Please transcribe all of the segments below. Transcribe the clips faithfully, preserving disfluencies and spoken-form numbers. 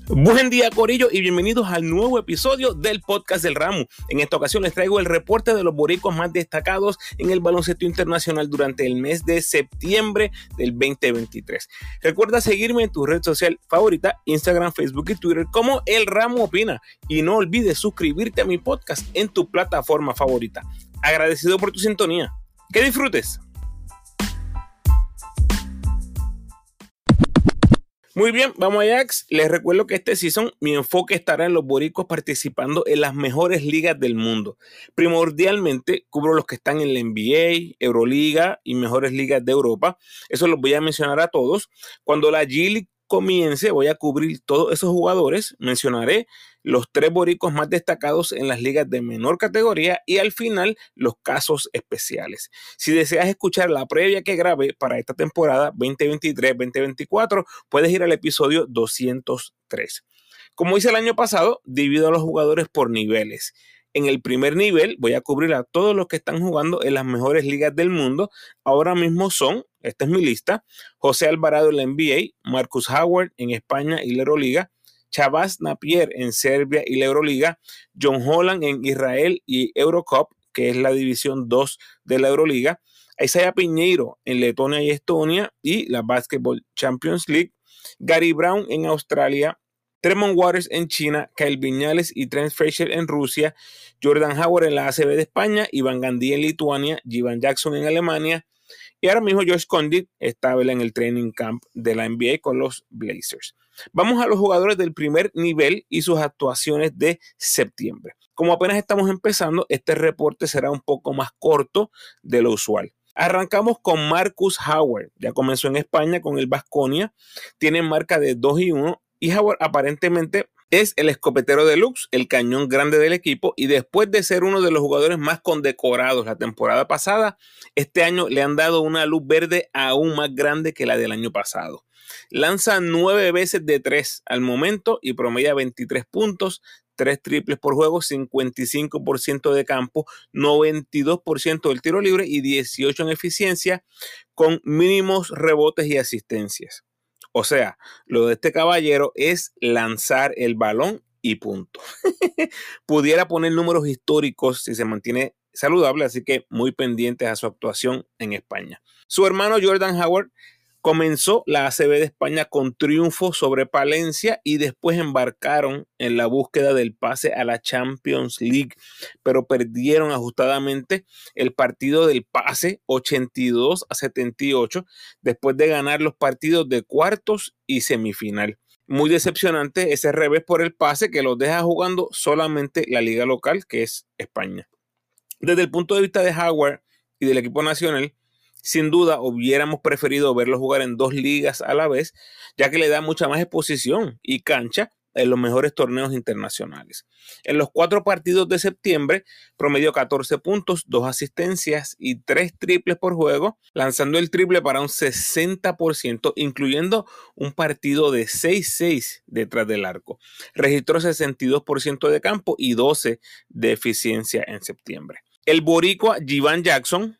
Buen día, corillo, y bienvenidos al nuevo episodio del podcast del Ramo. En esta ocasión les traigo el reporte de los boricuas más destacados en el baloncesto internacional durante el mes de septiembre del veinte veintitrés. Recuerda seguirme en tu red social favorita, Instagram, Facebook y Twitter como El Ramo Opina. Y no olvides suscribirte a mi podcast en tu plataforma favorita. Agradecido por tu sintonía. Que disfrutes. Muy bien, vamos allá. Les recuerdo que este season mi enfoque estará en los boricuas participando en las mejores ligas del mundo. Primordialmente cubro los que están en la N B A, Euroliga y mejores ligas de Europa. Eso los voy a mencionar a todos. Cuando la G-League comience, voy a cubrir todos esos jugadores. Mencionaré los tres boricuas más destacados en las ligas de menor categoría y al final los casos especiales. Si deseas escuchar la previa que grabé para esta temporada veinte veintitrés veinte veinticuatro, puedes ir al episodio doscientos tres. Como hice el año pasado, divido a los jugadores por niveles. En el primer nivel voy a cubrir a todos los que están jugando en las mejores ligas del mundo. Ahora mismo son, esta es mi lista: José Alvarado en la N B A, Marcus Howard en España y la Euroliga, Chavaz Napier en Serbia y la Euroliga, John Holland en Israel y Eurocup, que es la división dos de la Euroliga, Isaiah Piñeiro en Letonia y Estonia y la Basketball Champions League, Gary Brown en Australia, Tremont Waters en China, Kyle Viñales y Trent Frazier en Rusia, Jordan Howard en la A C B de España, Ivan Gandhi en Lituania, Jivan Jackson en Alemania y ahora mismo Josh Condit está en el training camp de la N B A con los Blazers. Vamos a los jugadores del primer nivel y sus actuaciones de septiembre. Como apenas estamos empezando, este reporte será un poco más corto de lo usual. Arrancamos con Marcus Howard. Ya comenzó en España con el Baskonia. Tiene marca de dos y uno y Howard aparentemente es el escopetero deluxe, el cañón grande del equipo, y después de ser uno de los jugadores más condecorados la temporada pasada, este año le han dado una luz verde aún más grande que la del año pasado. Lanza nueve veces de tres al momento y promedia veintitrés puntos, tres triples por juego, cincuenta y cinco por ciento de campo, noventa y dos por ciento del tiro libre y dieciocho en eficiencia, con mínimos rebotes y asistencias. O sea, lo de este caballero es lanzar el balón y punto. Pudiera poner números históricos si se mantiene saludable, así que muy pendientes a su actuación en España. Su hermano Jordan Howard comenzó la A C B de España con triunfo sobre Palencia y después embarcaron en la búsqueda del pase a la Champions League, pero perdieron ajustadamente el partido del pase ochenta y dos a setenta y ocho después de ganar los partidos de cuartos y semifinal. Muy decepcionante ese revés por el pase que los deja jugando solamente la liga local, que es España. Desde el punto de vista de Howard y del equipo nacional, sin duda hubiéramos preferido verlo jugar en dos ligas a la vez, ya que le da mucha más exposición y cancha en los mejores torneos internacionales. En los cuatro partidos de septiembre promedió catorce puntos, dos asistencias y tres triples por juego, lanzando el triple para un sesenta por ciento, incluyendo un partido de seis seis detrás del arco. Registró sesenta y dos por ciento de campo y doce por ciento de eficiencia en septiembre. El boricua Jivan Jackson,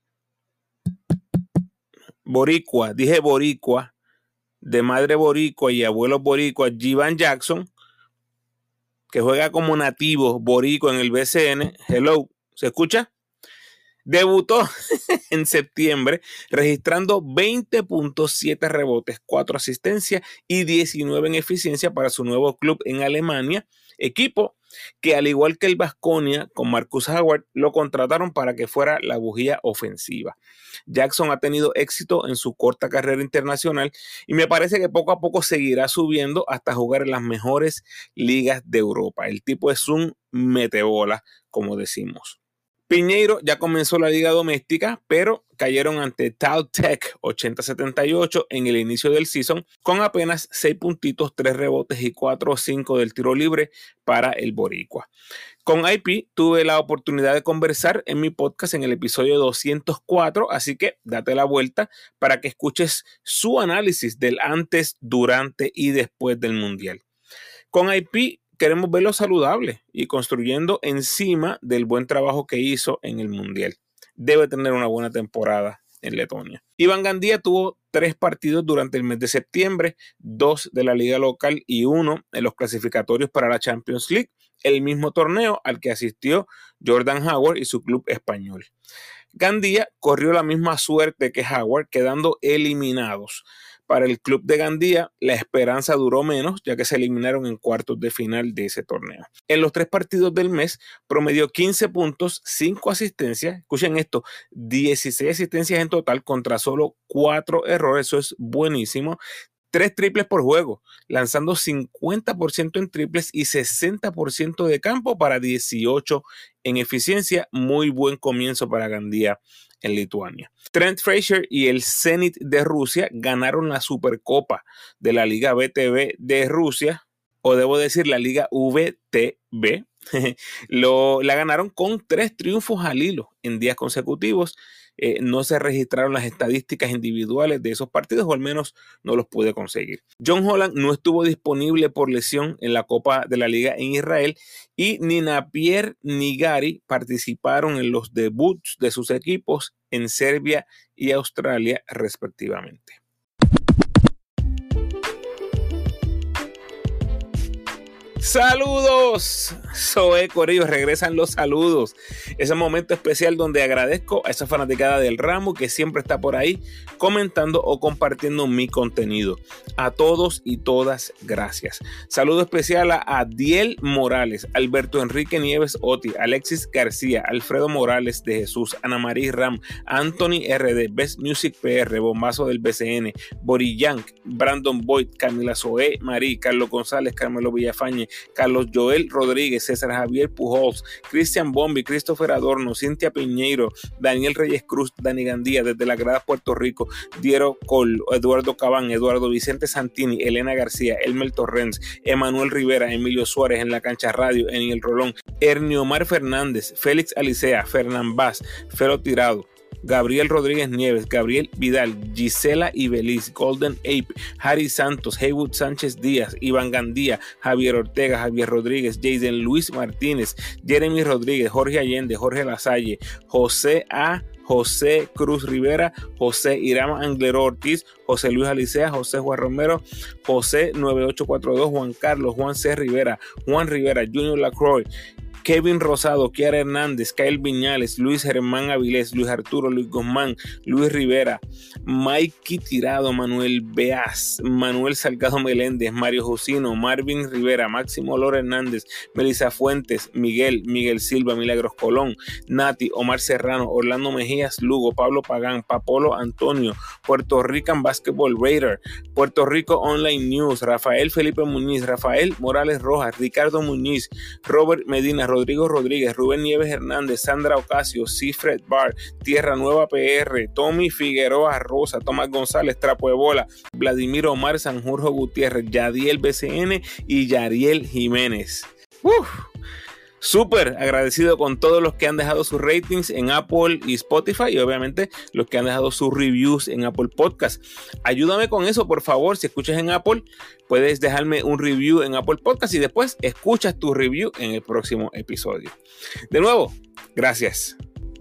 boricua, dije boricua, de madre boricua y abuelo boricua, Jivan Jackson, que juega como nativo boricua en el B C N. Hello, ¿se escucha? Debutó en septiembre registrando veinte puntos, siete rebotes, cuatro asistencias y diecinueve en eficiencia para su nuevo club en Alemania, equipo que al igual que el Baskonia con Marcus Howard lo contrataron para que fuera la bujía ofensiva. Jackson ha tenido éxito en su corta carrera internacional y me parece que poco a poco seguirá subiendo hasta jugar en las mejores ligas de Europa. El tipo es un metebola, como decimos. Piñeiro ya comenzó la liga doméstica, pero cayeron ante Tau Tech ochenta a setenta y ocho en el inicio del season con apenas seis puntitos, tres rebotes y cuatro o cinco del tiro libre para el boricua. Con I P tuve la oportunidad de conversar en mi podcast en el episodio doscientos cuatro, así que date la vuelta para que escuches su análisis del antes, durante y después del Mundial. Con I P queremos verlo saludable y construyendo encima del buen trabajo que hizo en el Mundial. Debe tener una buena temporada en Letonia. Ivan Gandhi tuvo tres partidos durante el mes de septiembre, dos de la liga local y uno en los clasificatorios para la Champions League, el mismo torneo al que asistió Jordan Howard y su club español. Gandía corrió la misma suerte que Howard, quedando eliminados. Para el club de Gandía, la esperanza duró menos, ya que se eliminaron en cuartos de final de ese torneo. En los tres partidos del mes, promedió quince puntos, cinco asistencias. Escuchen esto, dieciséis asistencias en total contra solo cuatro errores. Eso es buenísimo. Tres triples por juego, lanzando cincuenta por ciento en triples y sesenta por ciento de campo para dieciocho en eficiencia. Muy buen comienzo para Gandía en Lituania. Trent Frazier y el Zenit de Rusia ganaron la Supercopa de la Liga V T B de Rusia, o debo decir la Liga V T B. Lo, la ganaron con tres triunfos al hilo en días consecutivos. Eh, no se registraron las estadísticas individuales de esos partidos, o al menos no los pude conseguir. John Holland no estuvo disponible por lesión en la Copa de la Liga en Israel, y ni Napier ni Gary participaron en los debuts de sus equipos en Serbia y Australia respectivamente. ¡Saludos! Soy Corillo, regresan los saludos. Ese momento especial donde agradezco a esa fanaticada del ramo que siempre está por ahí comentando o compartiendo mi contenido. A todos y todas, gracias. Saludo especial a Adiel Morales, Alberto Enrique Nieves Oti, Alexis García, Alfredo Morales de Jesús, Ana María Ram, Anthony R D, Best Music P R, Bombazo del B C N, Borillank, Brandon Boyd, Camila Zoé, Marí, Carlos González, Carmelo Villafañe, Carlos Joel Rodríguez, César Javier Pujols, Cristian Bombi, Christopher Adorno, Cintia Piñeiro, Daniel Reyes Cruz, Dani Gandía desde la Grada Puerto Rico, Diero Col, Eduardo Cabán, Eduardo Vicente Santini, Elena García, Elmer Torrens, Emanuel Rivera, Emilio Suárez en la Cancha Radio, en el Rolón, Erniomar Fernández, Félix Alicea, Fernán Vaz, Fero Tirado, Gabriel Rodríguez Nieves, Gabriel Vidal, Gisela Ibeliz, Golden Ape, Harry Santos, Heywood Sánchez Díaz, Iván Gandía, Javier Ortega, Javier Rodríguez, Jason Luis Martínez, Jeremy Rodríguez, Jorge Allende, Jorge Lasalle, José A. José Cruz Rivera, José Irama Anglero Ortiz, José Luis Alicea, José Juan Romero, José nueve ocho cuatro dos, Juan Carlos, Juan C. Rivera, Juan Rivera, Junior Lacroix, Kevin Rosado, Kiara Hernández, Kyle Viñales, Luis Germán Avilés, Luis Arturo, Luis Guzmán, Luis Rivera, Mikey Tirado, Manuel Beas, Manuel Salgado Meléndez, Mario Jusino, Marvin Rivera, Máximo Lora Hernández, Melissa Fuentes, Miguel, Miguel Silva, Milagros Colón, Nati, Omar Serrano, Orlando Mejías Lugo, Pablo Pagán, Papolo Antonio, Puerto Rican Basketball Raider, Puerto Rico Online News, Rafael Felipe Muñiz, Rafael Morales Rojas, Ricardo Muñiz, Robert Medina, Rodrigo Rodríguez, Rubén Nieves Hernández, Sandra Ocasio, Cifred Bar, Tierra Nueva P R, Tommy Figueroa Rosa, Tomás González, Trapo de Bola, Vladimir Omar, Sanjurjo Gutiérrez, Yadiel B C N y Yariel Jiménez. Uf. Súper agradecido con todos los que han dejado sus ratings en Apple y Spotify, y obviamente los que han dejado sus reviews en Apple Podcast. Ayúdame con eso, por favor. Si escuchas en Apple, puedes dejarme un review en Apple Podcast y después escuchas tu review en el próximo episodio. De nuevo, gracias.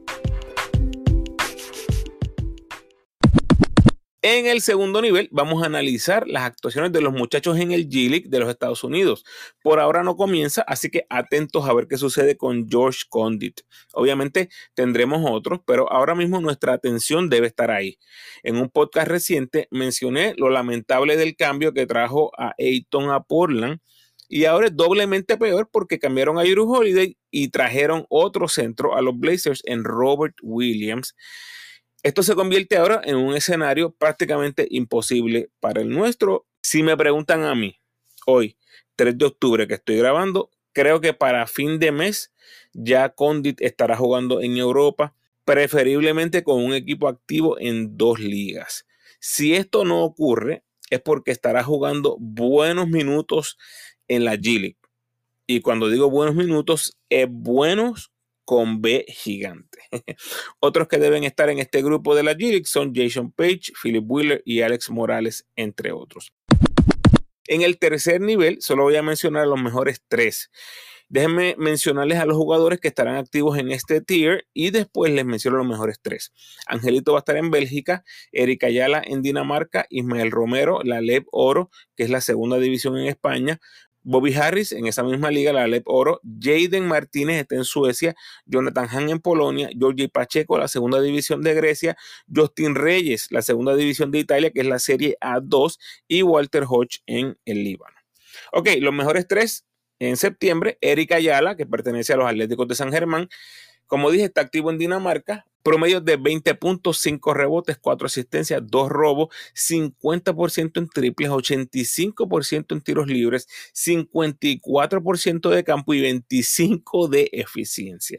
En el segundo nivel vamos a analizar las actuaciones de los muchachos en el G-League de los Estados Unidos. Por ahora no comienza, así que atentos a ver qué sucede con George Condit. Obviamente tendremos otros, pero ahora mismo nuestra atención debe estar ahí. En un podcast reciente mencioné lo lamentable del cambio que trajo a Ayton a Portland, y ahora es doblemente peor porque cambiaron a Jrue Holiday y trajeron otro centro a los Blazers en Robert Williams. Esto se convierte ahora en un escenario prácticamente imposible para el nuestro. Si me preguntan a mí, hoy, tres de octubre que estoy grabando, creo que para fin de mes ya Condit estará jugando en Europa, preferiblemente con un equipo activo en dos ligas. Si esto no ocurre, es porque estará jugando buenos minutos en la G-League. Y cuando digo buenos minutos, es buenos con B gigante. Otros que deben estar en este grupo de la G-League son Jason Page, Philip Wheeler y Alex Morales, entre otros. En el tercer nivel, solo voy a mencionar los mejores tres. Déjenme mencionarles a los jugadores que estarán activos en este tier y después les menciono los mejores tres. Angelito va a estar en Bélgica, Eric Ayala en Dinamarca, Ismael Romero, la Alep Oro, que es la segunda división en España, Bobby Harris en esa misma liga, la Alep Oro, Jaden Martínez está en Suecia, Jonathan Hahn en Polonia, Georgi Pacheco, la segunda división de Grecia, Justin Reyes, la segunda división de Italia, que es la Serie A dos, y Walter Hodge en el Líbano. Ok, los mejores tres en septiembre, Eric Ayala, que pertenece a los Atléticos de San Germán, como dije, está activo en Dinamarca, promedio de veinte puntos, cinco rebotes, cuatro asistencias, dos robos, cincuenta por ciento en triples, ochenta y cinco por ciento en tiros libres, cincuenta y cuatro por ciento de campo y veinticinco por ciento de eficiencia.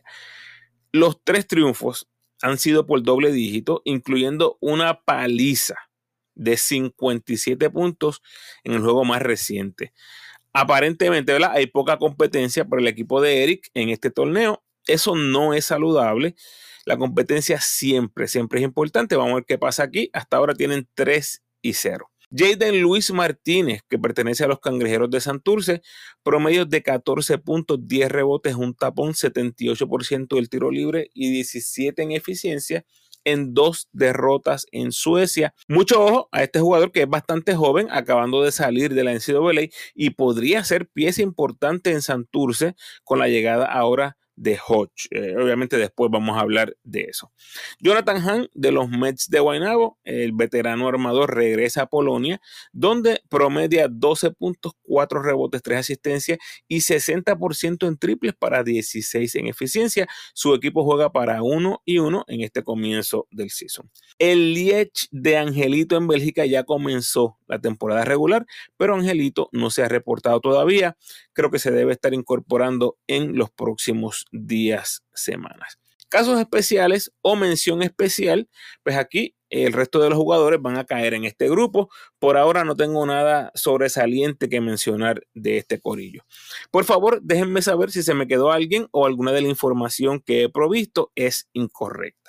Los tres triunfos han sido por doble dígito, incluyendo una paliza de cincuenta y siete puntos en el juego más reciente. Aparentemente, ¿verdad?, hay poca competencia para el equipo de Eric en este torneo. Eso no es saludable. La competencia siempre, siempre es importante. Vamos a ver qué pasa aquí. Hasta ahora tienen tres y cero. Jaden Luis Martínez, que pertenece a los Cangrejeros de Santurce, promedios de catorce puntos, diez rebotes, un tapón, setenta y ocho por ciento del tiro libre y diecisiete en eficiencia en dos derrotas en Suecia. Mucho ojo a este jugador que es bastante joven, acabando de salir de la N C A A y podría ser pieza importante en Santurce con la llegada ahora de Hodge. Eh, obviamente después vamos a hablar de eso. Jonathan Hahn de los Mets de Guaynabo, el veterano armador, regresa a Polonia, donde promedia doce puntos, cuatro rebotes, tres asistencias y sesenta por ciento en triples para dieciséis en eficiencia. Su equipo juega para uno y uno en este comienzo del season. El Liège de Angelito en Bélgica ya comenzó la temporada regular, pero Angelito no se ha reportado todavía. Creo que se debe estar incorporando en los próximos días, semanas. Casos especiales o mención especial, pues aquí el resto de los jugadores van a caer en este grupo. Por ahora no tengo nada sobresaliente que mencionar de este corillo. Por favor, déjenme saber si se me quedó alguien o alguna de la información que he provisto es incorrecta.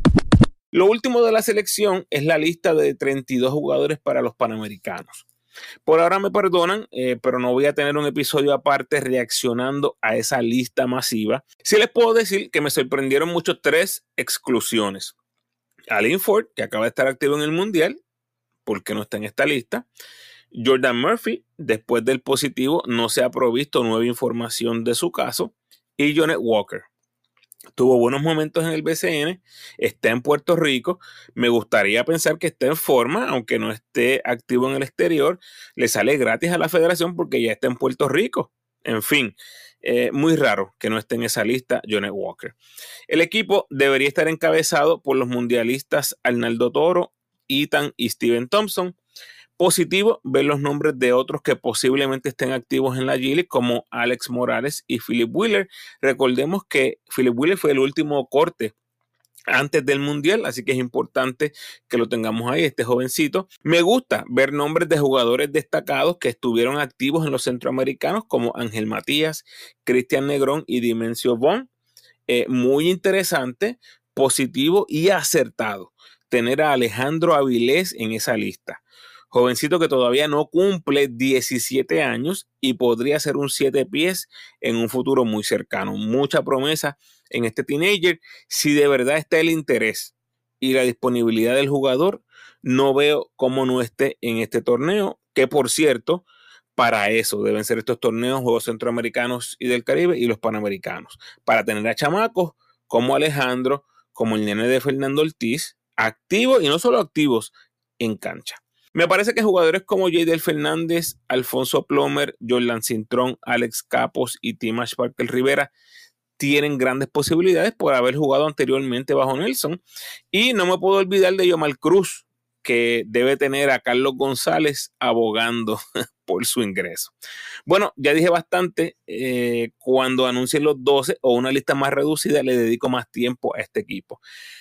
Lo último de la selección es la lista de treinta y dos jugadores para los Panamericanos. Por ahora me perdonan, eh, pero no voy a tener un episodio aparte reaccionando a esa lista masiva. Sí les puedo decir que me sorprendieron mucho tres exclusiones. Alin Ford, que acaba de estar activo en el Mundial, porque no está en esta lista. Jordan Murphy, después del positivo, no se ha provisto nueva información de su caso. Y Johnny Walker. Tuvo buenos momentos en el B C N, está en Puerto Rico, me gustaría pensar que está en forma, aunque no esté activo en el exterior, le sale gratis a la federación porque ya está en Puerto Rico. En fin, eh, muy raro que no esté en esa lista Johnny Walker. El equipo debería estar encabezado por los mundialistas Arnaldo Toro, Ethan y Steven Thompson. Positivo ver los nombres de otros que posiblemente estén activos en la G League, como Alex Morales y Philip Wheeler. Recordemos que Philip Wheeler fue el último corte antes del Mundial, así que es importante que lo tengamos ahí, este jovencito. Me gusta ver nombres de jugadores destacados que estuvieron activos en los centroamericanos, como Ángel Matías, Cristian Negrón y Dimensio Von. Eh, muy interesante, positivo y acertado tener a Alejandro Avilés en esa lista. Jovencito que todavía no cumple diecisiete años y podría ser un siete pies en un futuro muy cercano. Mucha promesa en este teenager. Si de verdad está el interés y la disponibilidad del jugador, no veo cómo no esté en este torneo, que por cierto, para eso deben ser estos torneos, Juegos Centroamericanos y del Caribe y los Panamericanos, para tener a chamacos como Alejandro, como el nene de Fernando Ortiz, activos y no solo activos en cancha. Me parece que jugadores como Jadel Fernández, Alfonso Plomer, Jordan Cintrón, Alex Capos y Timash Parker Rivera tienen grandes posibilidades por haber jugado anteriormente bajo Nelson. Y no me puedo olvidar de Yomar Cruz, que debe tener a Carlos González abogando por su ingreso. Bueno, ya dije bastante. Eh, cuando anuncien los doce o una lista más reducida, le dedico más tiempo a este equipo.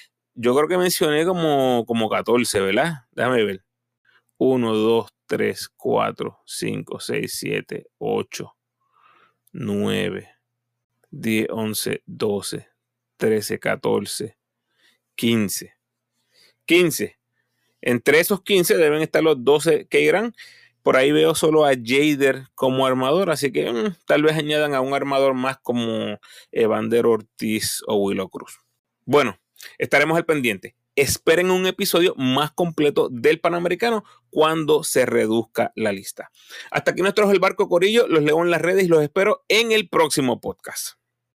Yo creo que mencioné como, como catorce, ¿verdad? Déjame ver. uno, dos, tres, cuatro, cinco, seis, siete, ocho, nueve, diez, once, doce, trece, catorce, quince. quince. Entre esos quince deben estar los doce que irán. Por ahí veo solo a Jader como armador, así que mmm, tal vez añadan a un armador más como Evander Ortiz o Willow Cruz. Bueno, estaremos al pendiente. Esperen un episodio más completo del Panamericano cuando se reduzca la lista. Hasta aquí nuestro es el barco, corillo. Los leo en las redes y los espero en el próximo podcast.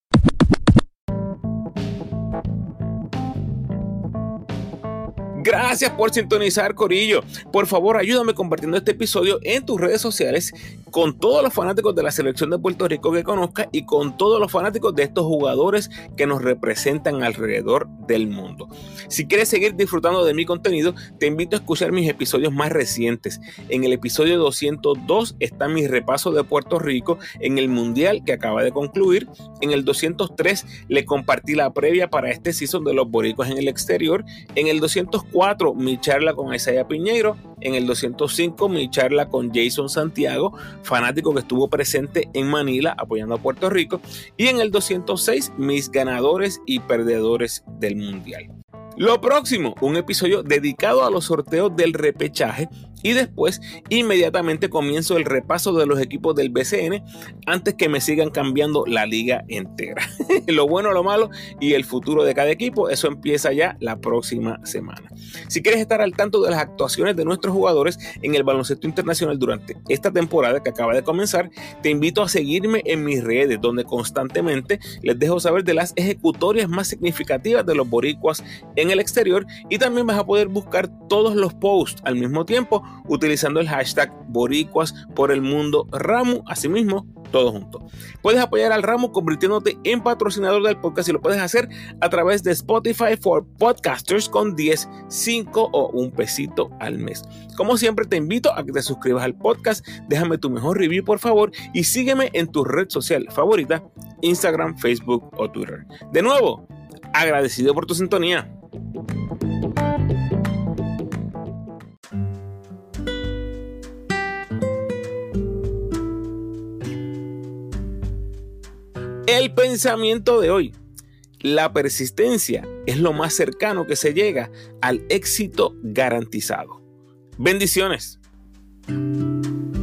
Gracias por sintonizar, corillo. Por favor, ayúdame compartiendo este episodio en tus redes sociales con todos los fanáticos de la selección de Puerto Rico que conozcas y con todos los fanáticos de estos jugadores que nos representan alrededor del mundo. Si quieres seguir disfrutando de mi contenido, te invito a escuchar mis episodios más recientes. En el episodio doscientos dos está mi repaso de Puerto Rico en el Mundial que acaba de concluir. En el doscientos tres le compartí la previa para este season de los boricuas en el exterior. En el doscientos cuatro mi charla con Isaiah Piñeiro. En el doscientos cinco mi charla con Jason Santiago, fanático que estuvo presente en Manila apoyando a Puerto Rico. Y en el doscientos seis mis ganadores y perdedores del Mundial. Lo próximo, un episodio dedicado a los sorteos del repechaje y después inmediatamente comienzo el repaso de los equipos del B C N antes que me sigan cambiando la liga entera. Lo bueno, lo malo y el futuro de cada equipo, eso empieza ya la próxima semana. Si quieres estar al tanto de las actuaciones de nuestros jugadores en el baloncesto internacional durante esta temporada que acaba de comenzar, te invito a seguirme en mis redes donde constantemente les dejo saber de las ejecutorias más significativas de los boricuas en el exterior y también vas a poder buscar todos los posts al mismo tiempo utilizando el hashtag Boricuas por el Mundo Ramu, asimismo, todo junto. Puedes apoyar al Ramu convirtiéndote en patrocinador del podcast y lo puedes hacer a través de Spotify for Podcasters con diez, cinco o un pesito al mes. Como siempre, te invito a que te suscribas al podcast, déjame tu mejor review por favor y sígueme en tu red social favorita, Instagram, Facebook o Twitter. De nuevo, agradecido por tu sintonía. El pensamiento de hoy: la persistencia es lo más cercano que se llega al éxito garantizado. Bendiciones.